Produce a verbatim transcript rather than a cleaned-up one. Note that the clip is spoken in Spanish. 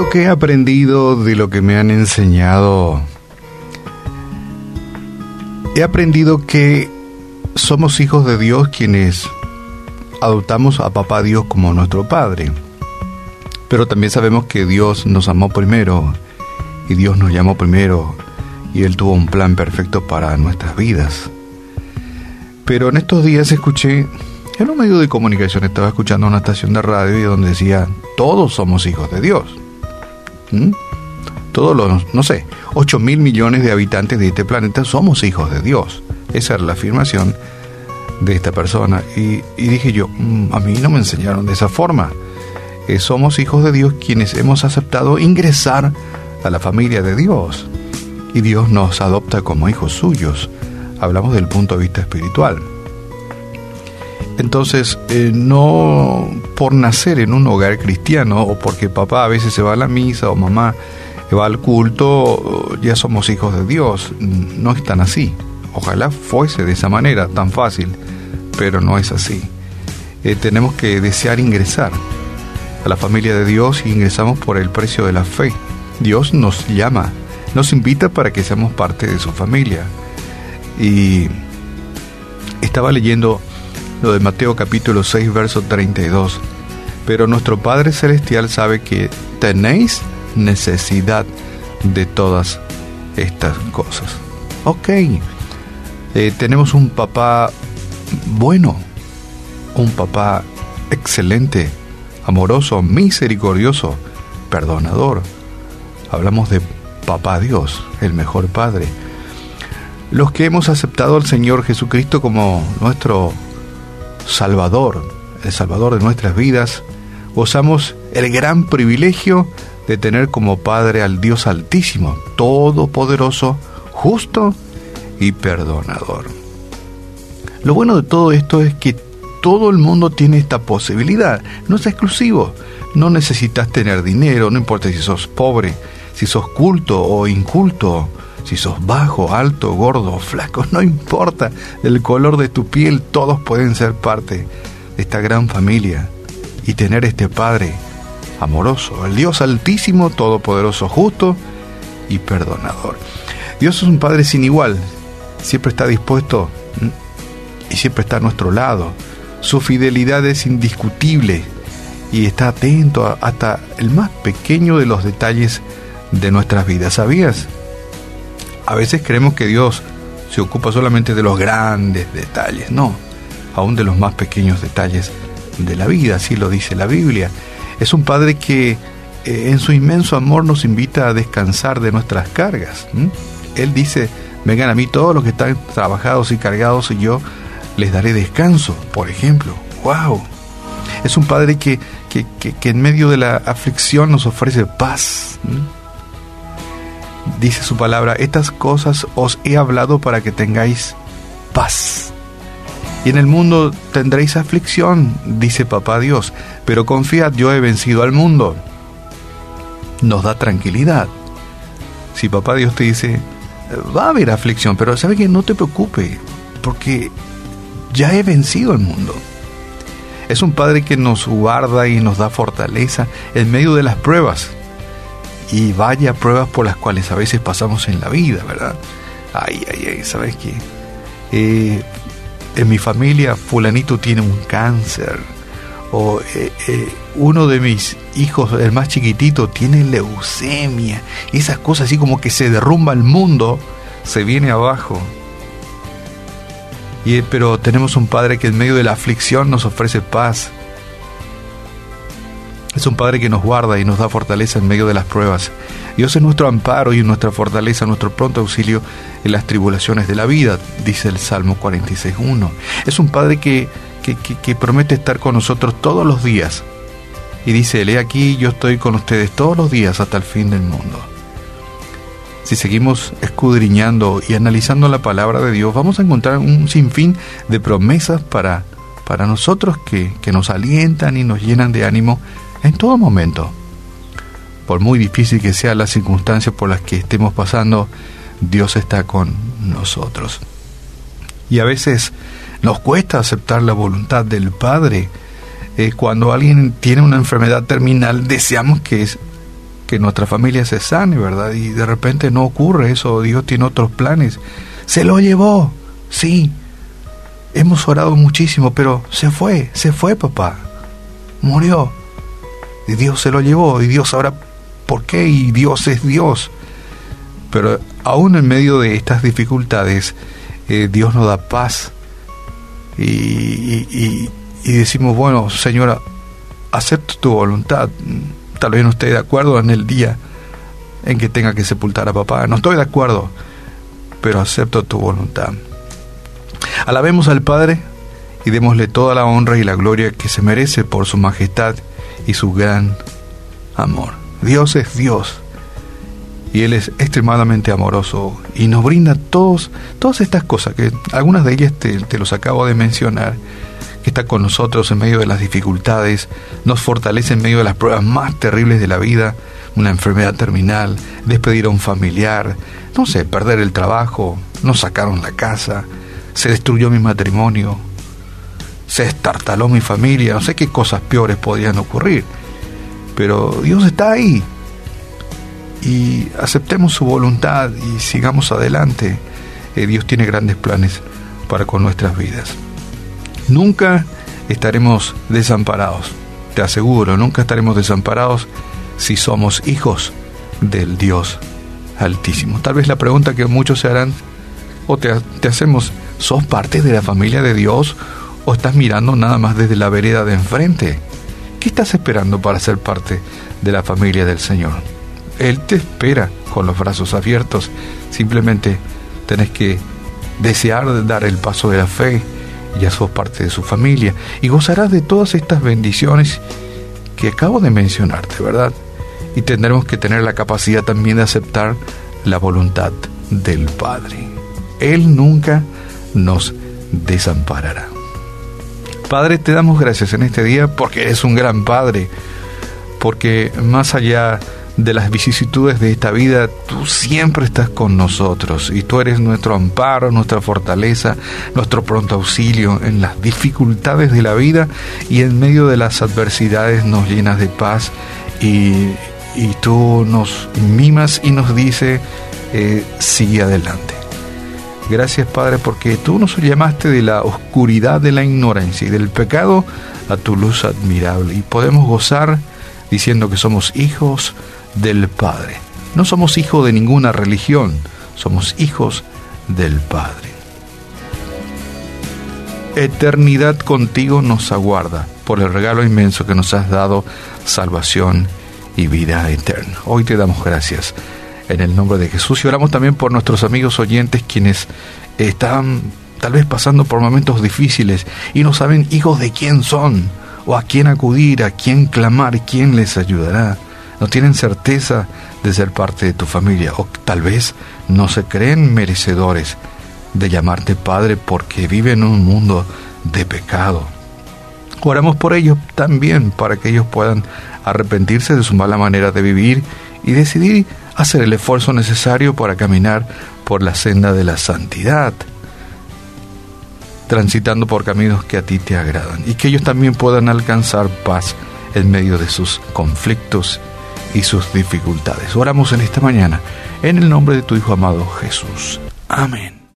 lo que he aprendido, de lo que me han enseñado, he aprendido que somos hijos de Dios quienes adoptamos a Papá Dios como nuestro Padre. Pero también sabemos que Dios nos amó primero y Dios nos llamó primero y Él tuvo un plan perfecto para nuestras vidas. Pero en estos días escuché, en un medio de comunicación, estaba escuchando una estación de radio y donde decía, todos somos hijos de Dios. ¿Mm? Todos los, no sé, ocho mil millones de habitantes de este planeta somos hijos de Dios. Esa era la afirmación de esta persona. Y, y dije yo, mmm, a mí no me enseñaron de esa forma. Eh, somos hijos de Dios quienes hemos aceptado ingresar a la familia de Dios. Y Dios nos adopta como hijos suyos. Hablamos del punto de vista espiritual. Entonces, eh, no por nacer en un hogar cristiano o porque papá a veces se va a la misa o mamá va al culto, ya somos hijos de Dios. No es tan así. Ojalá fuese de esa manera, tan fácil, pero no es así. Eh, tenemos que desear ingresar a la familia de Dios y ingresamos por el precio de la fe. Dios nos llama, nos invita para que seamos parte de su familia. Y estaba leyendo lo de Mateo capítulo seis, verso treinta y dos. Pero nuestro Padre Celestial sabe que tenéis necesidad de todas estas cosas. Ok, eh, tenemos un papá bueno, un papá excelente, amoroso, misericordioso, perdonador. Hablamos de Papá Dios, el mejor Padre. Los que hemos aceptado al Señor Jesucristo como nuestro Salvador, el Salvador de nuestras vidas, gozamos el gran privilegio de tener como Padre al Dios Altísimo, Todopoderoso, justo y perdonador. Lo bueno de todo esto es que todo el mundo tiene esta posibilidad, no es exclusivo. No necesitas tener dinero, no importa si sos pobre, si sos culto o inculto, si sos bajo, alto, gordo o flaco, no importa el color de tu piel, todos pueden ser parte de esta gran familia y tener este Padre amoroso, el Dios Altísimo, Todopoderoso, justo y perdonador. Dios es un Padre sin igual, siempre está dispuesto y siempre está a nuestro lado. Su fidelidad es indiscutible y está atento a, hasta el más pequeño de los detalles de nuestras vidas. ¿Sabías? A veces creemos que Dios se ocupa solamente de los grandes detalles, no, aún de los más pequeños detalles de la vida, así lo dice la Biblia. Es un Padre que eh, en su inmenso amor nos invita a descansar de nuestras cargas. ¿Mm? Él dice, vengan a mí todos los que están trabajados y cargados y yo les daré descanso, por ejemplo. ¡Wow! Es un Padre que, que, que, que en medio de la aflicción nos ofrece paz. ¿Mm? Dice su palabra, estas cosas os he hablado para que tengáis paz. Y en el mundo tendréis aflicción, dice Papá Dios, pero confiad, yo he vencido al mundo. Nos da tranquilidad. Si Papá Dios te dice, va a haber aflicción, pero sabe que no te preocupes, porque ya he vencido al mundo. Es un Padre que nos guarda y nos da fortaleza en medio de las pruebas. Y vaya pruebas por las cuales a veces pasamos en la vida, ¿verdad? Ay, ay, ay, ¿sabes qué? Eh, en mi familia fulanito tiene un cáncer. O eh, eh, uno de mis hijos, el más chiquitito, tiene leucemia. Y esas cosas así como que se derrumba el mundo, se viene abajo. Y, pero tenemos un Padre que en medio de la aflicción nos ofrece paz. Es un Padre que nos guarda y nos da fortaleza en medio de las pruebas. Dios es nuestro amparo y nuestra fortaleza, nuestro pronto auxilio en las tribulaciones de la vida, dice el Salmo cuarenta y seis, uno. Es un Padre que, que, que, que promete estar con nosotros todos los días. Y dice, he aquí, yo estoy con ustedes todos los días hasta el fin del mundo. Si seguimos escudriñando y analizando la palabra de Dios, vamos a encontrar un sinfín de promesas para, para nosotros que, que nos alientan y nos llenan de ánimo en todo momento. Por muy difícil que sea la circunstancia por las que estemos pasando, Dios está con nosotros. Y a veces nos cuesta aceptar la voluntad del Padre. Eh, cuando alguien tiene una enfermedad terminal, deseamos que que nuestra familia se sane, ¿verdad? Y de repente no ocurre eso, Dios tiene otros planes. Se lo llevó, sí. Hemos orado muchísimo, pero se fue, se fue papá. Murió. Y Dios se lo llevó, y Dios sabrá por qué, y Dios es Dios. Pero aún en medio de estas dificultades, eh, Dios nos da paz. Y, y, y, y decimos, bueno, Señora, acepto tu voluntad. Tal vez no esté de acuerdo en el día en que tenga que sepultar a papá. No estoy de acuerdo, pero acepto tu voluntad. Alabemos al Padre y démosle toda la honra y la gloria que se merece por su majestad y su gran amor. Dios es Dios y Él es extremadamente amoroso y nos brinda todos, todas estas cosas, que algunas de ellas te, te los acabo de mencionar, que está con nosotros en medio de las dificultades, nos fortalece en medio de las pruebas más terribles de la vida, una enfermedad terminal, despedir a un familiar, no sé, perder el trabajo, nos sacaron la casa, se destruyó mi matrimonio, se estartaló mi familia, no sé qué cosas peores podían ocurrir, pero Dios está ahí y aceptemos su voluntad y sigamos adelante. Eh, Dios tiene grandes planes para con nuestras vidas. Nunca estaremos desamparados, te aseguro, nunca estaremos desamparados si somos hijos del Dios Altísimo. Tal vez la pregunta que muchos se harán, o te, te hacemos, ¿sos parte de la familia de Dios o estás mirando nada más desde la vereda de enfrente? ¿Qué estás esperando para ser parte de la familia del Señor? Él te espera con los brazos abiertos, simplemente tenés que desear dar el paso de la fe. Ya sos parte de su familia y gozarás de todas estas bendiciones que acabo de mencionarte, ¿verdad? Y tendremos que tener la capacidad también de aceptar la voluntad del Padre. Él nunca nos desamparará. Padre, te damos gracias en este día porque eres un gran Padre, porque más allá de las vicisitudes de esta vida, tú siempre estás con nosotros y tú eres nuestro amparo, nuestra fortaleza, nuestro pronto auxilio en las dificultades de la vida, y en medio de las adversidades nos llenas de paz y, y tú nos mimas y nos dice eh, sigue adelante. Gracias, Padre, porque tú nos llamaste de la oscuridad de la ignorancia y del pecado a tu luz admirable, y podemos gozar diciendo que somos hijos del Padre. No somos hijos de ninguna religión, somos hijos del Padre. Eternidad contigo nos aguarda por el regalo inmenso que nos has dado, salvación y vida eterna. Hoy te damos gracias en el nombre de Jesús y oramos también por nuestros amigos oyentes quienes están tal vez pasando por momentos difíciles y no saben hijos de quién son, o a quién acudir, a quién clamar, quién les ayudará. No tienen certeza de ser parte de tu familia, o tal vez no se creen merecedores de llamarte Padre porque viven en un mundo de pecado. Oramos por ellos también, para que ellos puedan arrepentirse de su mala manera de vivir y decidir hacer el esfuerzo necesario para caminar por la senda de la santidad, transitando por caminos que a ti te agradan, y que ellos también puedan alcanzar paz en medio de sus conflictos y sus dificultades. Oramos en esta mañana en el nombre de tu Hijo amado Jesús. Amén.